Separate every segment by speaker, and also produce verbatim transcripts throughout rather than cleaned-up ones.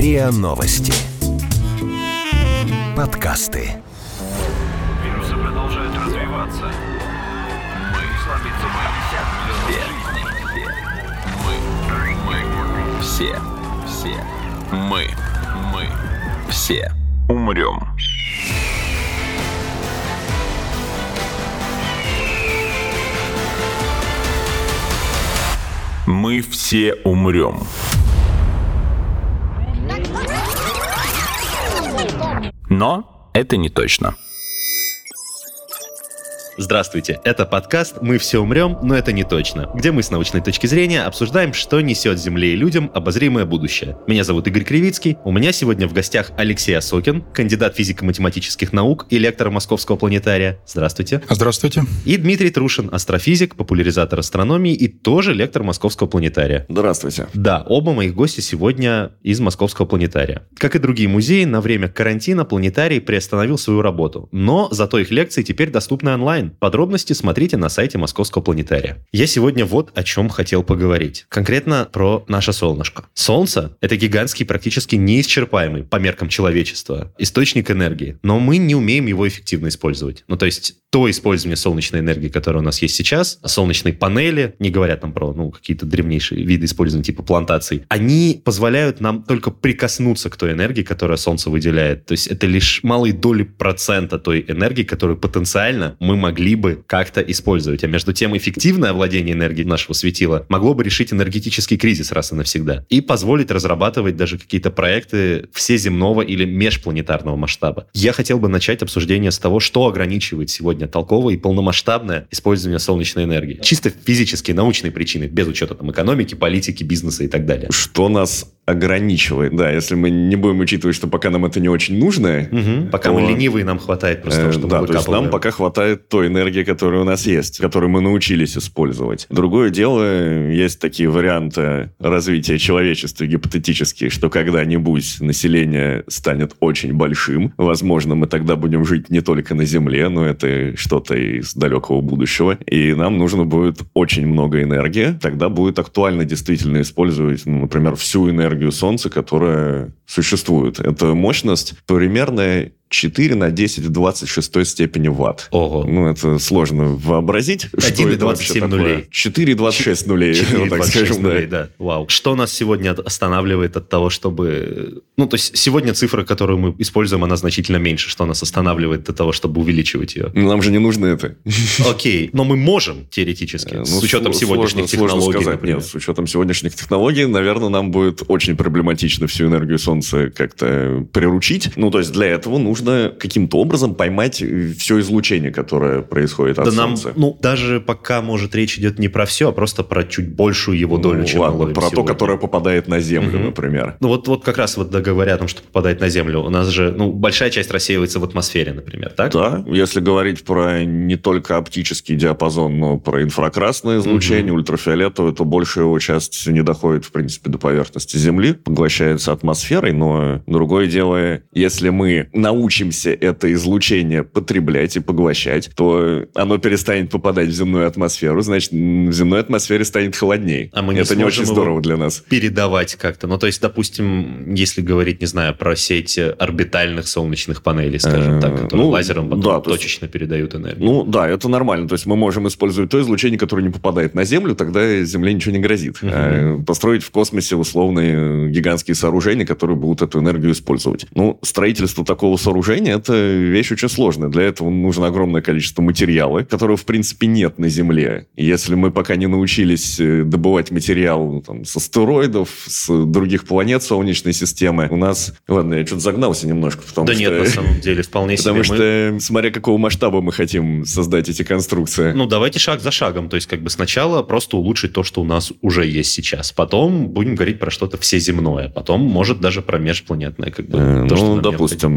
Speaker 1: РИА Новости. Подкасты.
Speaker 2: Вирусы продолжают развиваться. Мы слабится мы. Все. Мы. Мы. Все. Все. Мы. Мы. Все. Умрем. Мы все умрем. Но это не точно.
Speaker 3: Здравствуйте, это подкаст «Мы все умрем, но это не точно», где мы с научной точки зрения обсуждаем, что несет Земле и людям обозримое будущее. Меня зовут Игорь Кривицкий, у меня сегодня в гостях Алексей Осокин, кандидат физико-математических наук и лектор Московского планетария. Здравствуйте.
Speaker 4: Здравствуйте.
Speaker 3: И Дмитрий Трушин, астрофизик, популяризатор астрономии и тоже лектор Московского планетария.
Speaker 5: Здравствуйте.
Speaker 3: Да, оба моих гостя сегодня из Московского планетария. Как и другие музеи, на время карантина планетарий приостановил свою работу, но зато их лекции теперь доступны онлайн. Подробности смотрите на сайте Московского планетария. Я сегодня вот о чем хотел поговорить. Конкретно про наше солнышко. Солнце — это гигантский, практически неисчерпаемый по меркам человечества источник энергии, но мы не умеем его эффективно использовать. Ну, то есть то использование солнечной энергии, которое у нас есть сейчас, солнечные панели, не говоря там про ну, какие-то древнейшие виды использования типа плантаций, они позволяют нам только прикоснуться к той энергии, которую Солнце выделяет. То есть это лишь малые доли процента той энергии, которую потенциально мы могли могли бы как-то использовать. А между тем, эффективное овладение энергией нашего светила могло бы решить энергетический кризис раз и навсегда и позволить разрабатывать даже какие-то проекты всеземного или межпланетарного масштаба. Я хотел бы начать обсуждение с того, что ограничивает сегодня толковое и полномасштабное использование солнечной энергии. Чисто физические, научные причины, без учета там экономики, политики, бизнеса и так далее.
Speaker 5: Что нас ограничивает? Да, если мы не будем учитывать, что пока нам это не очень нужно...
Speaker 3: Угу. Пока то, мы ленивые, нам хватает просто того, чтобы
Speaker 5: э, Да, то есть нам пока хватает той энергии, которая у нас есть, которую мы научились использовать. Другое дело, есть такие варианты развития человечества гипотетические, что когда-нибудь население станет очень большим. Возможно, мы тогда будем жить не только на Земле, но это что-то из далекого будущего. И нам нужно будет очень много энергии. Тогда будет актуально действительно использовать, ну, например, всю энергию Солнца, которая существует. Это мощность примерно четыре на десять в двадцать шестой степени ватт.
Speaker 3: Ого.
Speaker 5: Ну, это сложно вообразить.
Speaker 3: один и двадцать семь нулей.
Speaker 5: четыре и двадцать шесть нулей.
Speaker 3: четыре и двадцать шесть
Speaker 5: скажем,
Speaker 3: нулей, да. да. Вау. Что нас сегодня останавливает от того, чтобы... Ну, то есть сегодня цифра, которую мы используем, она значительно меньше. Что нас останавливает от того, чтобы увеличивать ее?
Speaker 5: Нам же не нужно это.
Speaker 3: Окей. Но мы можем теоретически.
Speaker 5: Ну,
Speaker 3: с учетом
Speaker 5: сложно,
Speaker 3: сегодняшних
Speaker 5: сложно
Speaker 3: технологий,
Speaker 5: сказать.
Speaker 3: например.
Speaker 5: Нет, с учетом сегодняшних технологий, наверное, нам будет очень проблематично всю энергию Солнца как-то приручить. Ну, то есть для этого нужно каким-то образом поймать все излучение, которое происходит от
Speaker 3: да нам,
Speaker 5: Солнца.
Speaker 3: Ну, даже пока, может, речь идет не про все, а просто про чуть большую его долю,
Speaker 5: ну,
Speaker 3: чем
Speaker 5: ладно,
Speaker 3: мы ловим
Speaker 5: про
Speaker 3: сегодня.
Speaker 5: то, которое попадает на Землю, угу. например.
Speaker 3: Ну, вот, вот как раз вот говоря о том, что попадает на Землю, у нас же, ну, большая часть рассеивается в атмосфере, например, так?
Speaker 5: Да, если говорить про не только оптический диапазон, но про инфракрасное излучение, угу. ультрафиолетовое, то большая его часть не доходит, в принципе, до поверхности Земли, поглощается атмосферой, но другое дело, если мы научимся это излучение потреблять и поглощать, то оно перестанет попадать в земную атмосферу, значит, в земной атмосфере станет холоднее.
Speaker 3: А мы не
Speaker 5: это не очень здорово для нас.
Speaker 3: Передавать как-то. Ну, то есть, допустим, если говорить, не знаю, про сеть орбитальных солнечных панелей, скажем так, которые
Speaker 5: ну,
Speaker 3: лазером потом
Speaker 5: да,
Speaker 3: точечно есть, передают энергию.
Speaker 5: Ну, да, это нормально. То есть, мы можем использовать то излучение, которое не попадает на Землю, тогда Земле ничего не грозит. Uh-huh. А построить в космосе условные гигантские сооружения, которые будут эту энергию использовать. Ну, строительство такого сооружения – это вещь очень сложная. Для этого нужно огромное количество материала, которого, в принципе, нет на Земле. Если мы пока не научились добывать материал ну, там, с астероидов, с других планет Солнечной системы, у нас... Ладно, я что-то загнался немножко, потому
Speaker 3: да
Speaker 5: что...
Speaker 3: Да нет, на самом деле, вполне себе.
Speaker 5: Потому что, смотря какого масштаба мы хотим создать эти конструкции.
Speaker 3: Ну, давайте шаг за шагом. То есть, как бы сначала просто улучшить то, что у нас уже есть сейчас. Потом будем говорить про что-то всеземное. Потом, может, даже про межпланетное. Как бы,
Speaker 5: э,
Speaker 3: то,
Speaker 5: ну, допустим. Ну, если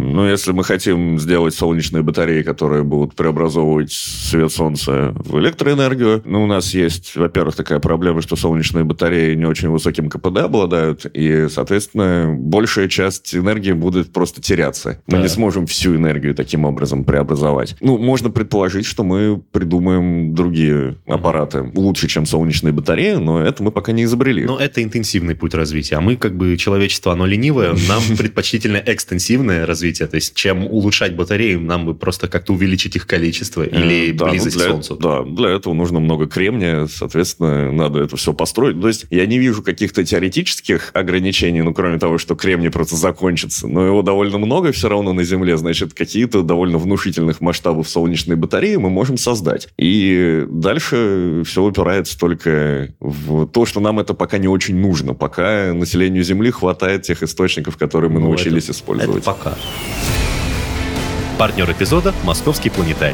Speaker 5: Если мы хотим сделать солнечные батареи, которые будут преобразовывать свет солнца в электроэнергию, ну, у нас есть, во-первых, такая проблема, что солнечные батареи не очень высоким КПД обладают, и, соответственно, большая часть энергии будет просто теряться. Мы да. не сможем всю энергию таким образом преобразовать. Ну, можно предположить, что мы придумаем другие аппараты лучше, чем солнечные батареи, но это мы пока не изобрели.
Speaker 3: Но это интенсивный путь развития. А мы, как бы, человечество, оно ленивое, нам предпочтительно экстенсивное развитие. То есть, чем улучшать батареи, нам бы просто как-то увеличить их количество или
Speaker 5: да,
Speaker 3: близость
Speaker 5: ну, для,
Speaker 3: к Солнцу.
Speaker 5: Да, для этого нужно много кремния, соответственно, надо это все построить. То есть, я не вижу каких-то теоретических ограничений, ну, кроме того, что кремний просто закончится. Но его довольно много все равно на Земле, значит, какие-то довольно внушительных масштабов солнечной батареи мы можем создать. И дальше все упирается только в то, что нам это пока не очень нужно. Пока населению Земли хватает тех источников, которые мы ну, научились
Speaker 3: это,
Speaker 5: использовать.
Speaker 3: Это пока. Партнер эпизода – Московский планетарий.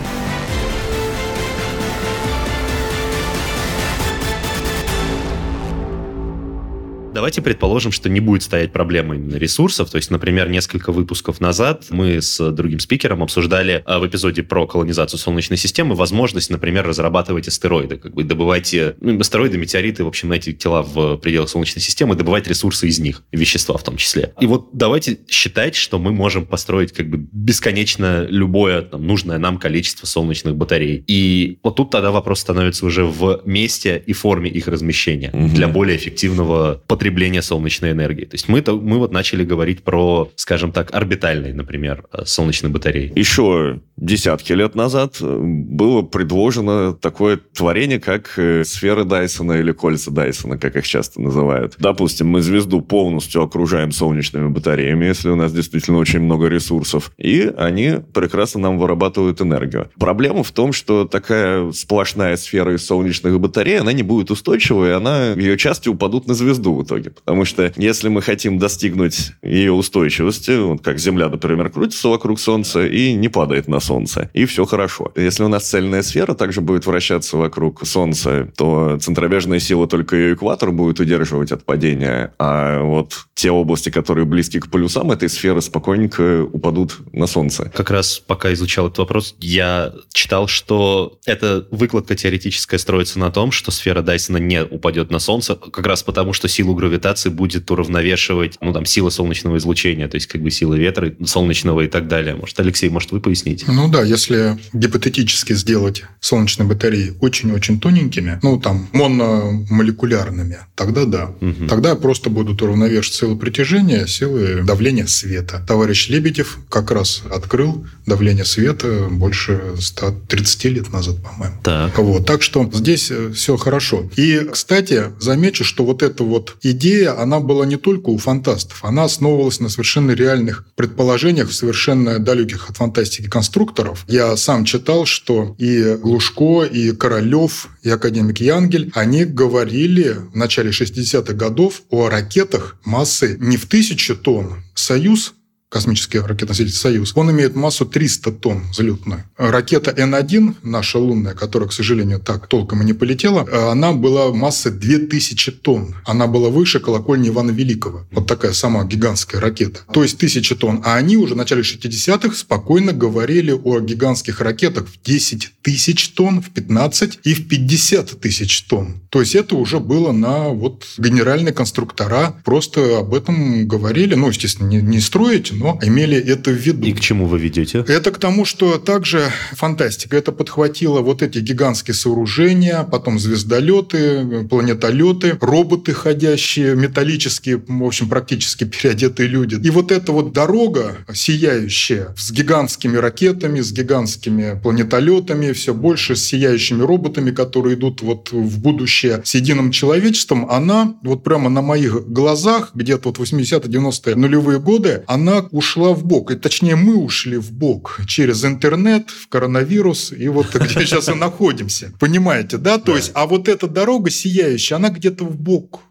Speaker 3: Давайте предположим, что не будет стоять проблемы именно ресурсов. То есть, например, несколько выпусков назад мы с другим спикером обсуждали в эпизоде про колонизацию Солнечной системы возможность, например, разрабатывать астероиды. Как бы добывать ну, астероиды, метеориты, в общем, эти тела в пределах Солнечной системы, добывать ресурсы из них, вещества в том числе. И вот давайте считать, что мы можем построить как бы бесконечно любое там, нужное нам количество солнечных батарей. И вот тут тогда вопрос становится уже в месте и форме их размещения угу. для более эффективного потребления потребления солнечной энергии. То есть мы, мы вот начали говорить про, скажем так, орбитальные, например, солнечные батареи.
Speaker 5: Еще десятки лет назад было предложено такое творение, как сферы Дайсона или кольца Дайсона, как их часто называют. Допустим, мы звезду полностью окружаем солнечными батареями, если у нас действительно очень много ресурсов, и они прекрасно нам вырабатывают энергию. Проблема в том, что такая сплошная сфера из солнечных батарей, она не будет устойчивой, она, ее части упадут на звезду в итоге. Потому что если мы хотим достигнуть ее устойчивости, вот как Земля, например, крутится вокруг Солнца и не падает на Солнце, и все хорошо. Если у нас цельная сфера также будет вращаться вокруг Солнца, то центробежная сила только ее экватор будет удерживать от падения, а вот те области, которые близки к полюсам этой сферы, спокойненько упадут на Солнце.
Speaker 3: Как раз пока изучал этот вопрос, я читал, что эта выкладка теоретическая строится на том, что сфера Дайсона не упадет на Солнце, как раз потому, что силу гравитации будет уравновешивать, ну, там, сила солнечного излучения, то есть, как бы, сила ветра солнечного и так далее. Может, Алексей, может, вы поясните?
Speaker 1: Ну да, если гипотетически сделать солнечные батареи очень-очень тоненькими, ну, там, мономолекулярными, тогда да. Угу. Тогда просто будут уравновешивать силы притяжения, силы давления света. Товарищ Лебедев как раз открыл давление света больше ста тридцати лет назад, по-моему.
Speaker 3: Так.
Speaker 1: Вот. Так что здесь все хорошо. И, кстати, замечу, что вот эта вот идея, она была не только у фантастов, она основывалась на совершенно реальных предположениях, совершенно далеких от фантастики конструкторов. Я сам читал, что и Глушко, и Королёв, и академик Янгель, они говорили в начале шестидесятых годов о ракетах массы не в тысячу тонн. «Союз», космический ракетоноситель «Союз», он имеет массу триста тонн взлетную. Ракета Н один, наша лунная, которая, к сожалению, так толком и не полетела, она была массой две тысячи тонн. Она была выше колокольни Ивана Великого. Вот такая сама гигантская ракета. То есть тысяча тонн. А они уже в начале шестидесятых спокойно говорили о гигантских ракетах в десять тысяч тонн, в пятнадцать и в пятьдесят тысяч тонн. То есть это уже было на вот генеральные конструктора просто об этом говорили. Ну, естественно, не, не строить, но имели это в виду.
Speaker 3: И к чему вы ведете?
Speaker 1: Это к тому, что также фантастика. Это подхватило вот эти гигантские сооружения, потом звездолеты, планетолеты, роботы ходящие, металлические, в общем, практически переодетые люди. И вот эта вот дорога сияющая с гигантскими ракетами, с гигантскими планетолетами, все больше с сияющими роботами, которые идут вот в будущее с единым человечеством, она вот прямо на моих глазах, где-то вот восьмидесятые-девяностые нулевые годы, она ушла в бок. И, точнее, мы ушли в бок через интернет, в коронавирус, и вот где сейчас и находимся. Понимаете, да? То есть, а вот эта дорога сияющая, она где-то в бок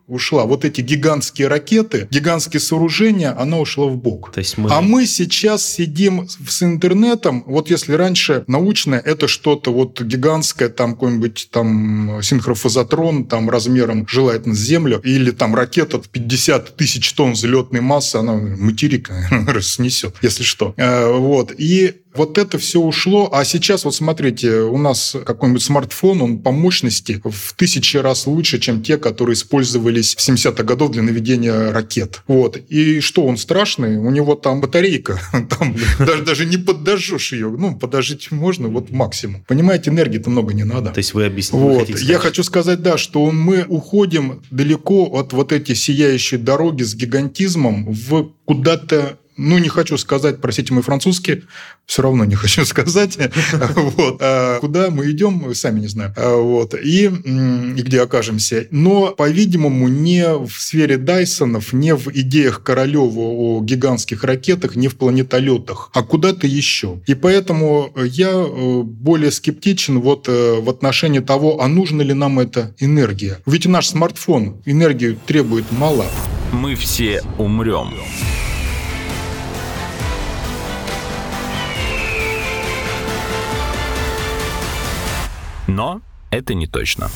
Speaker 1: ушла. Вот эти гигантские ракеты, гигантские сооружения, она ушла в бок.
Speaker 3: То есть мы...
Speaker 1: А мы сейчас сидим с интернетом. Вот если раньше научное это что-то вот гигантское, там какой-нибудь там синхрофазотрон, там размером желательно с Землю, или там ракета пятьдесят тысяч тонн взлетной массы, она материк разнесет, если что. Вот. И вот это все ушло. А сейчас, вот смотрите, у нас какой-нибудь смартфон, он по мощности в тысячи раз лучше, чем те, которые использовались в семидесятых годах для наведения ракет. Вот. И что, он страшный? У него там батарейка. Там даже, даже не подожжешь ее. Ну, подожить можно, вот максимум. Понимаете, энергии-то много не надо.
Speaker 3: То есть вы объясните.
Speaker 1: Вот. Я хочу сказать, да, что мы уходим далеко от вот эти сияющие дороги с гигантизмом в куда-то. Ну, не хочу сказать, простите мой французский, все равно не хочу сказать. Вот. А куда мы идем, мы сами не знаем. Вот. И, и где окажемся. Но, по-видимому, не в сфере Дайсонов, не в идеях Королева о гигантских ракетах, не в планетолетах, а куда-то еще. И поэтому я более скептичен вот в отношении того, а нужна ли нам эта энергия. Ведь наш смартфон энергию требует мало.
Speaker 2: Мы все умрем. Но это не точно.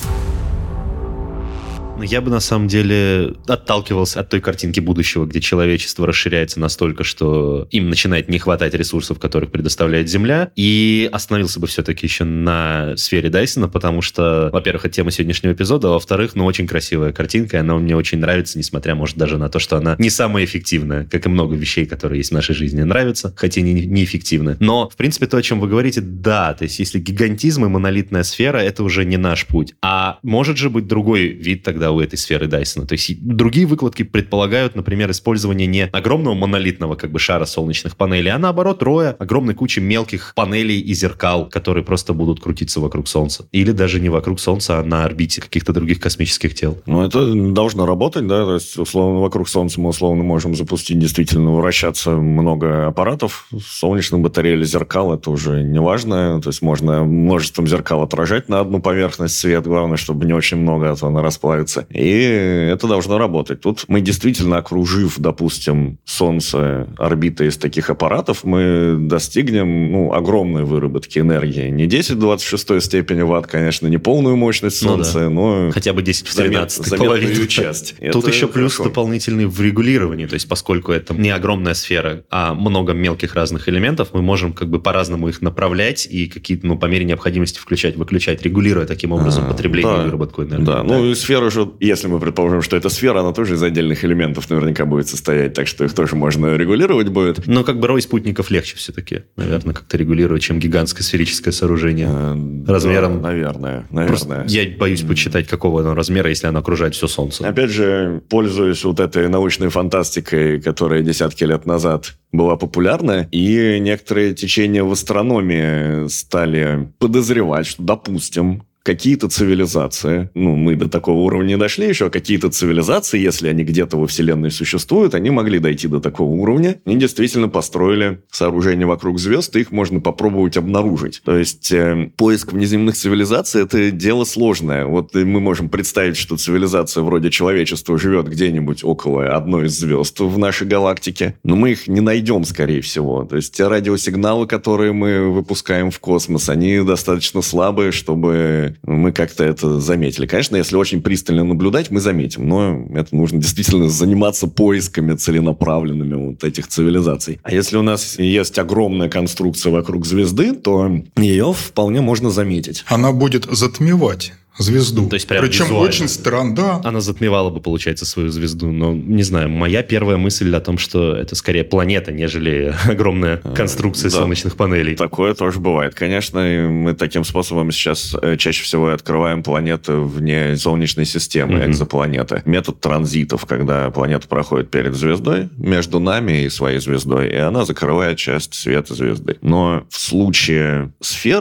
Speaker 3: Я бы, на самом деле, отталкивался от той картинки будущего, где человечество расширяется настолько, что им начинает не хватать ресурсов, которых предоставляет Земля, и остановился бы все-таки еще на сфере Дайсона, потому что, во-первых, это тема сегодняшнего эпизода, а во-вторых, ну, очень красивая картинка, и она мне очень нравится, несмотря, может, даже на то, что она не самая эффективная, как и много вещей, которые есть в нашей жизни, нравятся, хотя и не, неэффективны. Но, в принципе, то, о чем вы говорите, да, то есть если гигантизм и монолитная сфера, это уже не наш путь. А может же быть другой вид тогда у этой сферы Дайсона. То есть другие выкладки предполагают, например, использование не огромного монолитного как бы шара солнечных панелей, а наоборот роя огромной кучи мелких панелей и зеркал, которые просто будут крутиться вокруг Солнца. Или даже не вокруг Солнца, а на орбите каких-то других космических тел.
Speaker 5: Ну, это должно работать, да, то есть, условно, вокруг Солнца мы, условно, можем запустить действительно вращаться много аппаратов, солнечных батарей или зеркал, это уже не важно, то есть можно множеством зеркал отражать на одну поверхность свет, главное, чтобы не очень много, а то она расплавится. И это должно работать. Тут мы действительно, окружив, допустим, Солнце орбитой из таких аппаратов, мы достигнем ну, огромной выработки энергии. Не десять в двадцать шестой степени ватт, конечно, не полную мощность Солнца, ну, да. но...
Speaker 3: Хотя бы десять в тринадцатой половине.
Speaker 5: часть.
Speaker 3: Тут
Speaker 5: это
Speaker 3: еще плюс
Speaker 5: хорошо.
Speaker 3: Дополнительный в регулировании. То есть, поскольку это не огромная сфера, а много мелких разных элементов, мы можем как бы по-разному их направлять и какие-то, ну, по мере необходимости включать, выключать, регулируя таким образом а, потребление да, и выработку энергии.
Speaker 5: Да, да, ну и сфера же, если мы предположим, что эта сфера, она тоже из отдельных элементов наверняка будет состоять, так что их тоже можно регулировать будет.
Speaker 3: Но как бы рой спутников легче все-таки, наверное, как-то регулировать, чем гигантское сферическое сооружение а, размером...
Speaker 5: Да, наверное, наверное.
Speaker 3: Просто я боюсь почитать, какого оно размера, если оно окружает все Солнце.
Speaker 5: Опять же, пользуясь вот этой научной фантастикой, которая десятки лет назад была популярна, и некоторые течения в астрономии стали подозревать, что, допустим, какие-то цивилизации, ну, мы до такого уровня не дошли еще, а какие-то цивилизации, если они где-то во Вселенной существуют, они могли дойти до такого уровня. Они действительно построили сооружения вокруг звезд, и их можно попробовать обнаружить. То есть, э, поиск внеземных цивилизаций – это дело сложное. Вот мы можем представить, что цивилизация вроде человечества живет где-нибудь около одной из звезд в нашей галактике, но мы их не найдем, скорее всего. То есть, те радиосигналы, которые мы выпускаем в космос, они достаточно слабые, чтобы мы как-то это заметили. Конечно, если очень пристально наблюдать, мы заметим, но это нужно действительно заниматься поисками целенаправленными вот этих цивилизаций. А если у нас есть огромная конструкция вокруг звезды, то ее вполне можно заметить.
Speaker 1: Она будет затмевать звезду.
Speaker 3: То есть прям
Speaker 1: Причем
Speaker 3: визуально.
Speaker 1: очень странно, да.
Speaker 3: Она затмевала бы, получается, свою звезду. Но, не знаю, моя первая мысль о том, что это скорее планета, нежели огромная конструкция
Speaker 5: да,
Speaker 3: солнечных панелей.
Speaker 5: Такое тоже бывает. Конечно, мы таким способом сейчас чаще всего открываем планеты вне Солнечной системы, mm-hmm. экзопланеты. Метод транзитов, когда планета проходит перед звездой, между нами и своей звездой, и она закрывает часть света звезды. Но в случае сферы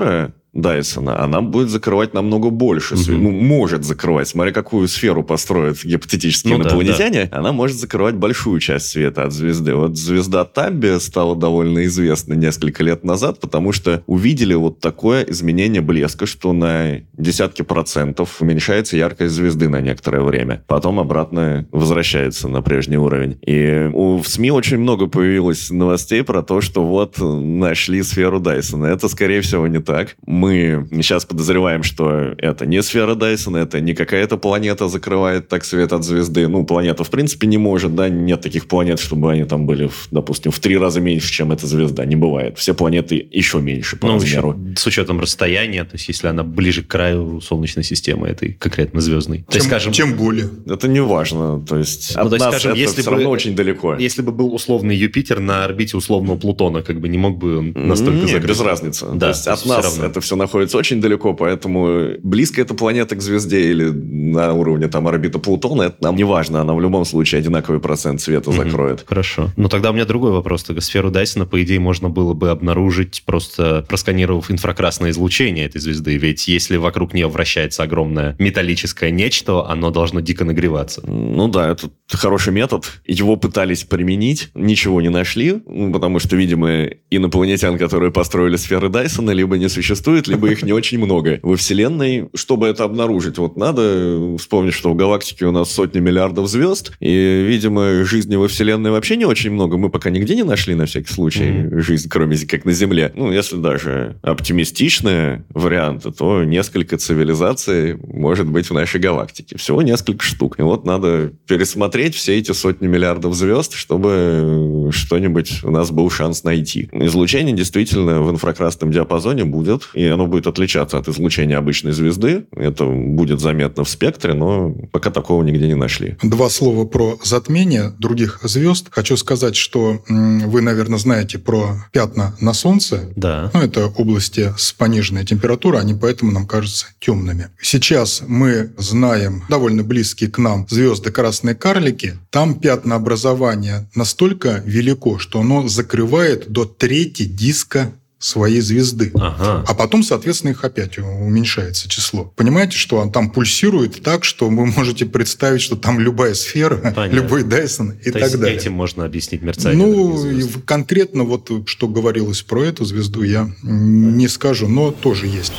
Speaker 5: Дайсона, она будет закрывать намного больше. Угу. Ну, может закрывать. Смотря какую сферу построят гипотетические ну, инопланетяне, да, да. она может закрывать большую часть света от звезды. Вот звезда Табби стала довольно известна несколько лет назад, потому что увидели вот такое изменение блеска, что на десятки процентов уменьшается яркость звезды на некоторое время. Потом обратно возвращается на прежний уровень. И у, в СМИ очень много появилось новостей про то, что вот нашли сферу Дайсона. Это, скорее всего, не так. Мы сейчас подозреваем, что это не сфера Дайсона, это не какая-то планета закрывает так свет от звезды. Ну, планета, в принципе, не может, да, нет таких планет, чтобы они там были, допустим, в три раза меньше, чем эта звезда. Не бывает. Все планеты еще меньше по ну, размеру.
Speaker 3: С учетом расстояния, то есть, если она ближе к краю Солнечной системы, этой конкретно звездной.
Speaker 1: Чем,
Speaker 3: скажем,
Speaker 1: тем более.
Speaker 5: Это не важно. То есть, ну, от то есть, нас скажем, это если все бы, равно очень далеко.
Speaker 3: Если бы был условный Юпитер на орбите условного Плутона, как бы не мог бы он настолько
Speaker 5: Нет,
Speaker 3: закрыть.
Speaker 5: без разницы.
Speaker 3: Да,
Speaker 5: то есть, от нас равно. Это все находится очень далеко, поэтому близко эта планета к звезде или на уровне там орбиты Плутона, это нам не важно. Она в любом случае одинаковый процент света mm-hmm. закроет.
Speaker 3: Хорошо. Но тогда у меня другой вопрос. Сферу Дайсона, по идее, можно было бы обнаружить, просто просканировав инфракрасное излучение этой звезды. Ведь если вокруг нее вращается огромное металлическое нечто, оно должно дико нагреваться.
Speaker 5: Ну да, это хороший метод. Его пытались применить, ничего не нашли, потому что, видимо, инопланетян, которые построили сферы Дайсона, либо не существует, либо их не очень много во Вселенной. Чтобы это обнаружить, вот надо вспомнить, что в галактике у нас сотни миллиардов звезд, и, видимо, жизни во Вселенной вообще не очень много. Мы пока нигде не нашли, на всякий случай, mm-hmm. жизнь, кроме как на Земле. Ну, если даже оптимистичные варианты, то несколько цивилизаций может быть в нашей галактике. Всего несколько штук. И вот надо пересмотреть все эти сотни миллиардов звезд, чтобы что-нибудь у нас был шанс найти. Излучение действительно в инфракрасном диапазоне будет, и оно будет отличаться от излучения обычной звезды. Это будет заметно в спектре, но пока такого нигде не нашли.
Speaker 1: Два слова про затмение других звезд. Хочу сказать, что вы, наверное, знаете про пятна на Солнце.
Speaker 3: Да.
Speaker 1: Ну, это области с пониженной температурой, они поэтому нам кажутся темными. Сейчас мы знаем довольно близкие к нам звезды красные карлики. Там пятнообразование настолько велико, что оно закрывает до трети диска своей звезды.
Speaker 3: Ага.
Speaker 1: А потом, соответственно, их опять уменьшается число. Понимаете, что он там пульсирует так, что вы можете представить, что там любая сфера, Понятно. любой Дайсон и
Speaker 3: То
Speaker 1: так
Speaker 3: есть
Speaker 1: далее.
Speaker 3: Этим можно объяснить мерцание.
Speaker 1: Ну, конкретно вот что говорилось про эту звезду, я не скажу, но тоже есть.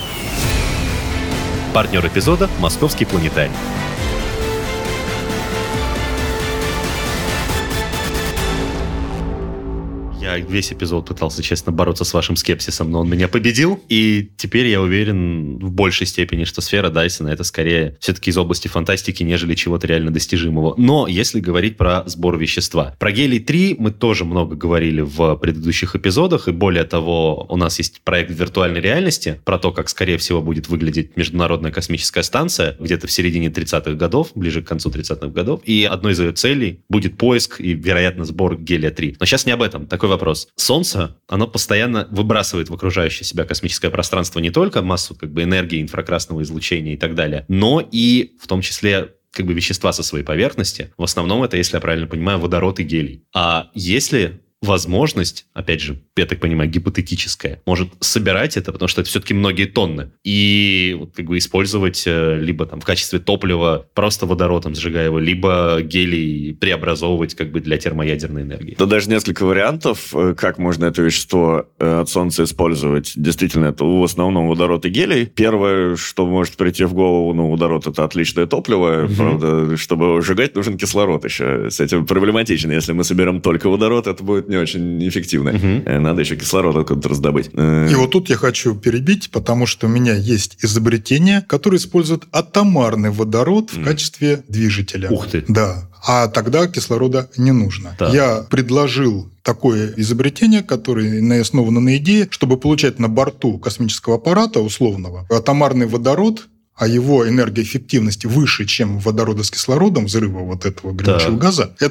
Speaker 3: Партнер эпизода – Московский планетарий. Я весь эпизод пытался, честно, бороться с вашим скепсисом, но он меня победил. И теперь я уверен в большей степени, что сфера Дайсона — это скорее все-таки из области фантастики, нежели чего-то реально достижимого. Но если говорить про сбор вещества. Про гелий три мы тоже много говорили в предыдущих эпизодах. И более того, у нас есть проект виртуальной реальности про то, как, скорее всего, будет выглядеть Международная космическая станция где-то в середине тридцатых годов, ближе к концу тридцатых годов. И одной из ее целей будет поиск и, вероятно, сбор гелия три. Но сейчас не об этом. Такой вопрос. Солнце, оно постоянно выбрасывает в окружающее себя космическое пространство не только массу как бы энергии, инфракрасного излучения и так далее, но и в том числе как бы вещества со своей поверхности. В основном это, если я правильно понимаю, водород и гелий. А если возможность, опять же, я так понимаю, гипотетическая, может собирать это, потому что это все-таки многие тонны, и вот, как бы использовать либо там в качестве топлива просто водородом сжигая его, либо гелий преобразовывать как бы для термоядерной энергии.
Speaker 5: Да даже несколько вариантов, как можно это вещество от Солнца использовать. Действительно, это в основном водород и гелий. Первое, что может прийти в голову, ну, водород — это отличное топливо, угу. Правда, чтобы его сжигать, нужен кислород еще. С этим проблематично. Если мы соберем только водород, это будет не очень эффективно. Угу. Надо еще кислород откуда-то раздобыть.
Speaker 1: И вот тут я хочу перебить, потому что у меня есть изобретение, которое использует атомарный водород в качестве движителя.
Speaker 3: Ух ты!
Speaker 1: Да. А тогда кислорода не нужно.
Speaker 3: Да.
Speaker 1: Я предложил такое изобретение, которое основано на идее, чтобы получать на борту космического аппарата условного атомарный водород, а его энергоэффективность выше, чем водорода с кислородом, взрыва вот этого горючего
Speaker 3: да.
Speaker 1: газа, это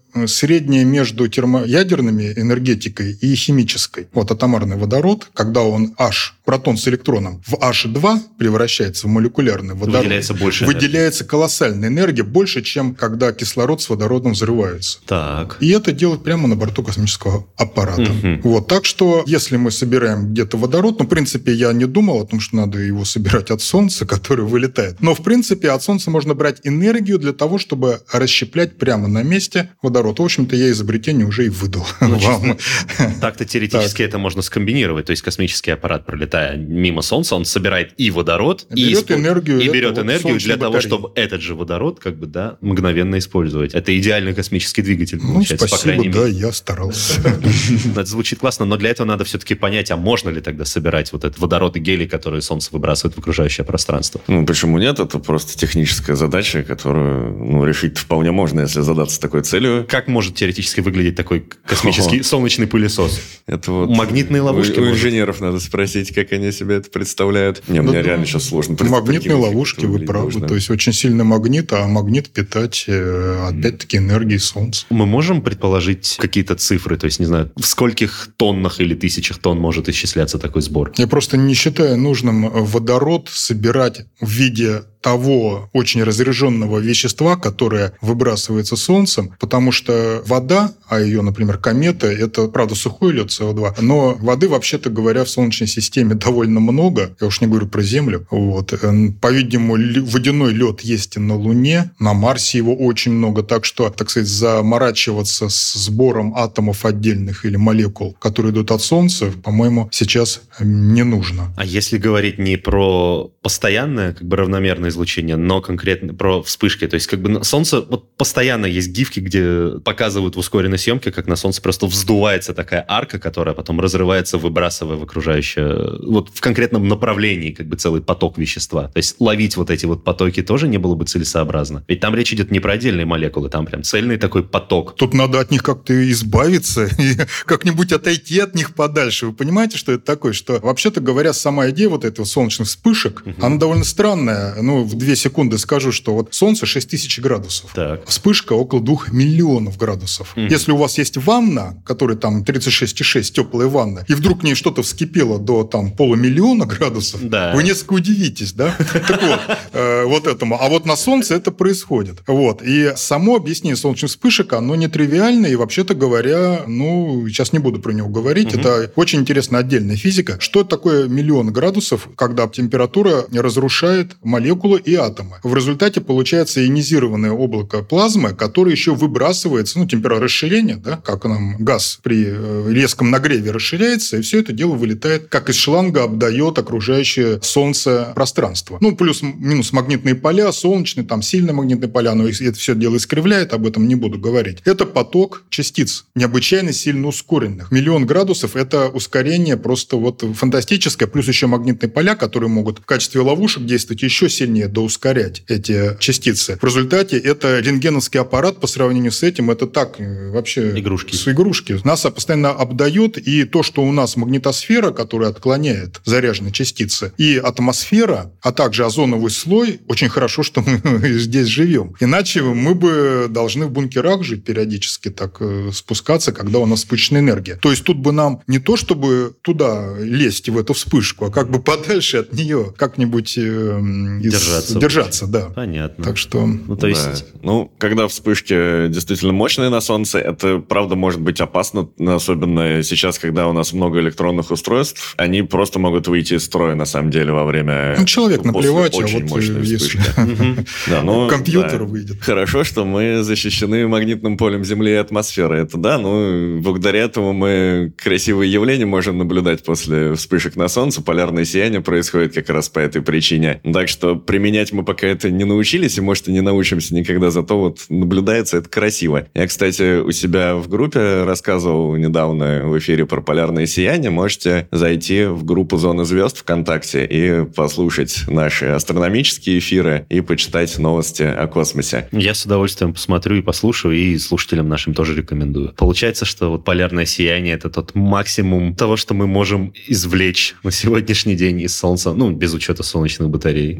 Speaker 1: среднее между термоядерными энергетикой и химической. Вот атомарный водород, когда он H, протон с электроном, в эйч два превращается в молекулярный водород.
Speaker 3: Выделяется больше
Speaker 1: Выделяется энергии. Колоссальная энергия, больше, чем когда кислород с водородом взрываются.
Speaker 3: Так.
Speaker 1: И это делают прямо на борту космического аппарата.
Speaker 3: Угу.
Speaker 1: Вот, так что, если мы собираем где-то водород, ну, в принципе, я не думал о том, что надо его собирать от Солнца, который вылетает. Но, в принципе, от Солнца можно брать энергию для того, чтобы расщеплять прямо на месте водород. В общем-то, я изобретение уже и выдал
Speaker 3: ну,
Speaker 1: вам.
Speaker 3: Так-то теоретически это можно скомбинировать. То есть космический аппарат, пролетая мимо Солнца, он собирает и водород,
Speaker 1: и берет
Speaker 3: и,
Speaker 1: энергию,
Speaker 3: и берет
Speaker 1: вот
Speaker 3: энергию для того,
Speaker 1: батареи.
Speaker 3: Чтобы этот же водород как бы, да, мгновенно использовать. Это идеальный космический двигатель,
Speaker 1: ну,
Speaker 3: получается,
Speaker 1: спасибо,
Speaker 3: по крайней
Speaker 1: да,
Speaker 3: мере.
Speaker 1: я старался.
Speaker 3: Это звучит классно, но для этого надо все-таки понять, а можно ли тогда собирать вот этот водород и гелий, который Солнце выбрасывает в окружающее пространство.
Speaker 5: Ну, почему нет? Это просто техническая задача, которую ну, решить вполне можно, если задаться такой целью.
Speaker 3: Как может теоретически выглядеть такой космический О. солнечный пылесос?
Speaker 5: Это вот
Speaker 3: магнитные ловушки?
Speaker 5: У, у инженеров надо спросить, как они себе это представляют. Не,
Speaker 1: да,
Speaker 5: мне реально сейчас сложно представить.
Speaker 1: Магнитные ловушки, вы правы. Должно. То есть очень сильный магнит, а магнит питать, опять-таки, энергией Солнца.
Speaker 3: Мы можем предположить какие-то цифры? То есть, не знаю, в скольких тоннах или тысячах тонн может исчисляться такой сбор?
Speaker 1: Я просто не считаю нужным водород собирать в виде того очень разряженного вещества, которое выбрасывается Солнцем, потому что вода, а ее, например, комета, это, правда, сухой лед С О два, но воды, вообще-то говоря, в Солнечной системе довольно много, я уж не говорю про Землю. Вот. По-видимому, водяной лед есть и на Луне, на Марсе его очень много, так что, так сказать, заморачиваться с сбором атомов отдельных или молекул, которые идут от Солнца, по-моему, сейчас не нужно.
Speaker 3: А если говорить не про постоянное, как бы равномерное излучение, но конкретно про вспышки. То есть, как бы Солнце... Вот постоянно есть гифки, где показывают в ускоренной съемке, как на Солнце просто вздувается такая арка, которая потом разрывается, выбрасывая в окружающее... Вот в конкретном направлении как бы целый поток вещества. То есть, ловить вот эти вот потоки тоже не было бы целесообразно. Ведь там речь идет не про отдельные молекулы, там прям цельный такой поток.
Speaker 1: Тут надо от них как-то избавиться и как-нибудь отойти от них подальше. Вы понимаете, что это такое? Что, вообще-то говоря, сама идея вот этого солнечных вспышек, угу. она довольно странная. Ну, в две секунды скажу, что вот Солнце шесть тысяч градусов.
Speaker 3: Так.
Speaker 1: Вспышка около двух миллионов градусов. Mm-hmm. Если у вас есть ванна, которая там тридцать шесть целых шесть, теплая ванна, и вдруг в ней что-то вскипело до там полумиллиона градусов,
Speaker 3: да.
Speaker 1: вы несколько удивитесь, да? Так вот, вот этому. А вот на Солнце это происходит. Вот. И само объяснение солнечных вспышек, оно нетривиальное, и вообще-то говоря, ну, сейчас не буду про него говорить, это очень интересная отдельная физика. Что такое миллион градусов, когда температура разрушает молекулы и атомы. В результате получается ионизированное облако плазмы, которое еще выбрасывается, ну, температура расширения, да, как нам газ при резком нагреве расширяется, и все это дело вылетает, как из шланга обдает окружающее Солнце пространство. Ну, плюс-минус магнитные поля, солнечные, там сильные магнитные поля, но это все дело искривляет, об этом не буду говорить. Это поток частиц, необычайно сильно ускоренных. Миллион градусов – это ускорение просто вот фантастическое, плюс еще магнитные поля, которые могут в качестве ловушек действовать еще сильнее, доускорять эти частицы. В результате это рентгеновский аппарат по сравнению с этим, это так вообще...
Speaker 3: Игрушки.
Speaker 1: С игрушки. Нас постоянно обдает, и то, что у нас магнитосфера, которая отклоняет заряженные частицы, и атмосфера, а также озоновый слой, очень хорошо, что мы здесь живем. Иначе мы бы должны в бункерах жить периодически, так спускаться, когда у нас вспышечная энергия. То есть тут бы нам не то, чтобы туда лезть, в эту вспышку, а как бы подальше от нее как-нибудь...
Speaker 3: Держаться.
Speaker 1: Держаться, да.
Speaker 3: Понятно.
Speaker 1: Так что...
Speaker 3: Ну, то есть...
Speaker 5: Да. Ну, когда вспышки действительно мощные на Солнце, это, правда, может быть опасно, особенно сейчас, когда у нас много электронных устройств, они просто могут выйти из строя, на самом деле, во время...
Speaker 1: Ну, человек наплевать, а
Speaker 5: очень
Speaker 1: вот
Speaker 5: мощной
Speaker 1: если...
Speaker 5: Да, ну,
Speaker 1: компьютер
Speaker 5: да.
Speaker 1: выйдет.
Speaker 5: Хорошо, что мы защищены магнитным полем Земли и атмосферы. Это да, ну, благодаря этому мы красивые явления можем наблюдать после вспышек на Солнце. Полярное сияние происходит как раз по этой причине. Так что применять мы пока это не научились, и, может, и не научимся никогда, зато вот наблюдается это красиво. Я, кстати, у себя в группе рассказывал недавно в эфире про полярное сияние. Можете зайти в группу «Зона звезд» ВКонтакте и послушать наши астрономические эфиры и почитать новости о космосе.
Speaker 3: Я с удовольствием посмотрю и послушаю, и слушателям нашим тоже рекомендую. Получается, что вот полярное сияние — это тот максимум того, что мы можем извлечь на сегодняшний день из Солнца, ну, без учета солнечных батарей.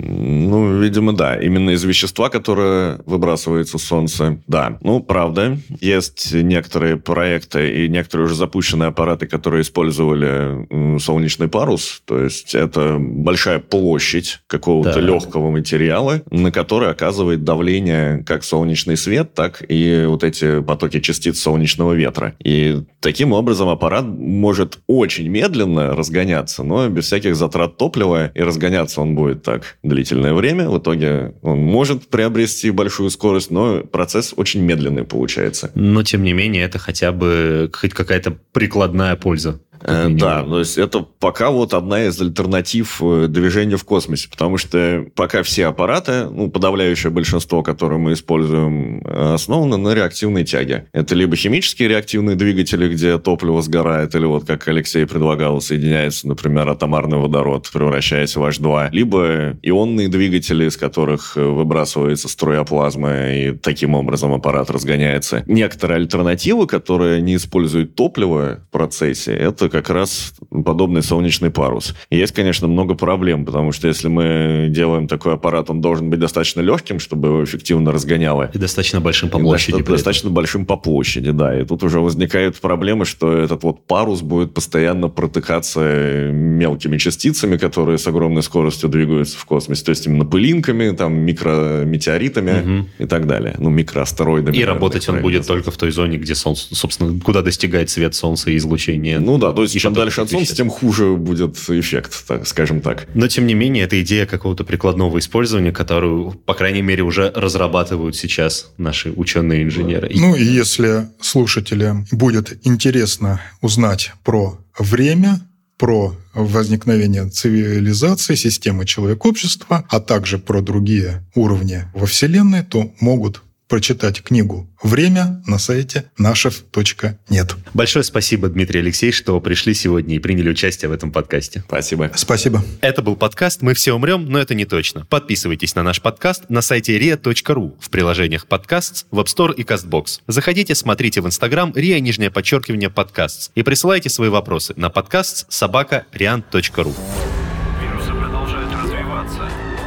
Speaker 5: Ну, видимо, да. Именно из вещества, которое выбрасывается в Солнце. Да. Ну, правда. Есть некоторые проекты и некоторые уже запущенные аппараты, которые использовали солнечный парус. То есть это большая площадь какого-то да. легкого материала, на который оказывает давление как солнечный свет, так и вот эти потоки частиц солнечного ветра. И таким образом аппарат может очень медленно разгоняться, но без всяких затрат топлива, и разгоняться он будет так длительное время. В итоге он может приобрести большую скорость, но процесс очень медленный получается.
Speaker 3: Но, тем не менее, это хотя бы хоть какая-то прикладная польза.
Speaker 5: Да, то есть это пока вот одна из альтернатив движения в космосе, потому что пока все аппараты, ну, подавляющее большинство, которые мы используем, основаны на реактивной тяге. Это либо химические реактивные двигатели, где топливо сгорает, или вот, как Алексей предлагал, соединяется, например, атомарный водород, превращаясь в эйч два, либо ионные двигатели, из которых выбрасывается струя плазмы, и таким образом аппарат разгоняется. Некоторые альтернативы, которые не используют топливо в процессе, это как раз подобный солнечный парус. И есть, конечно, много проблем, потому что если мы делаем такой аппарат, он должен быть достаточно легким, чтобы его эффективно разгоняло.
Speaker 3: И достаточно большим по площади.
Speaker 5: И достаточно большим по площади, да. И тут уже возникают проблемы, что этот вот парус будет постоянно протыкаться мелкими частицами, которые с огромной скоростью двигаются в космосе. То есть именно пылинками, там, микрометеоритами угу. и так далее. Ну, микроастероидами.
Speaker 3: И работать он будет только в той зоне, где Солнце, собственно, куда достигает свет Солнца и излучение.
Speaker 5: Ну да, то есть чем дальше от Солнца, тем хуже будет эффект, так, скажем так.
Speaker 3: Но, тем не менее, это идея какого-то прикладного использования, которую, по крайней мере, уже разрабатывают сейчас наши ученые инженеры.
Speaker 1: Ну, и если слушателям будет интересно узнать про время, про возникновение цивилизации, системы человек-общества, а также про другие уровни во Вселенной, то могут прочитать книгу «Время» на сайте нашев точка нет.
Speaker 3: Большое спасибо, Дмитрий и Алексей, что пришли сегодня и приняли участие в этом подкасте.
Speaker 5: Спасибо.
Speaker 1: Спасибо.
Speaker 3: Это был подкаст «Мы все умрем, но это не точно». Подписывайтесь на наш подкаст на сайте риа точка ру, в приложениях подкаст, в App Store и CastBox. Заходите, смотрите в Инстаграм риа, нижнее подчеркивание, подкаст. И присылайте свои вопросы на подкаст собака риан точка ру.
Speaker 2: Вирусы продолжают развиваться.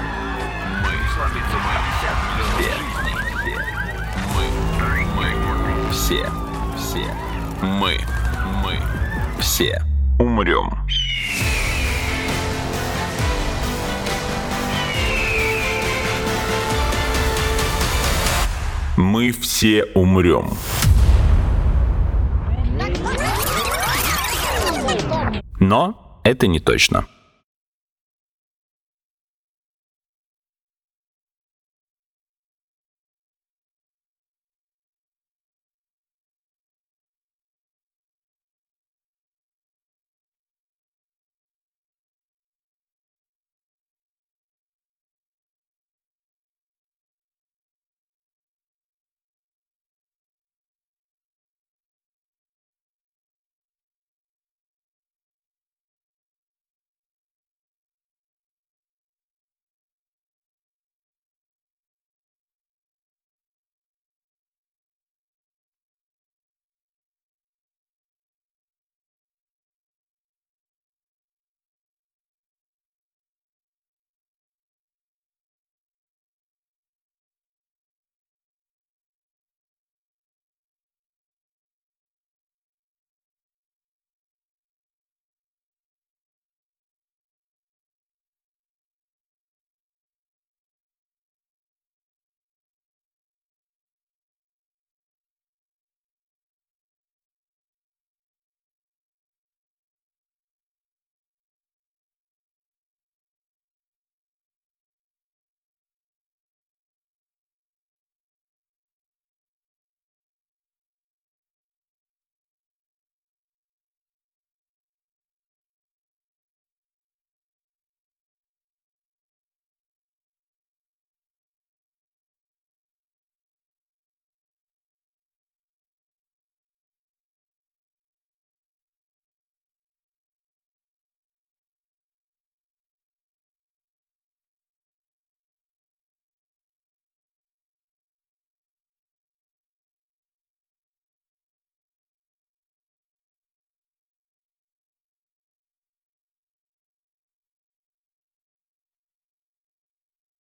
Speaker 2: Мы сломиться мы все. Все. Мы. Мы. Все. Умрем. Мы все умрем. Но это не точно.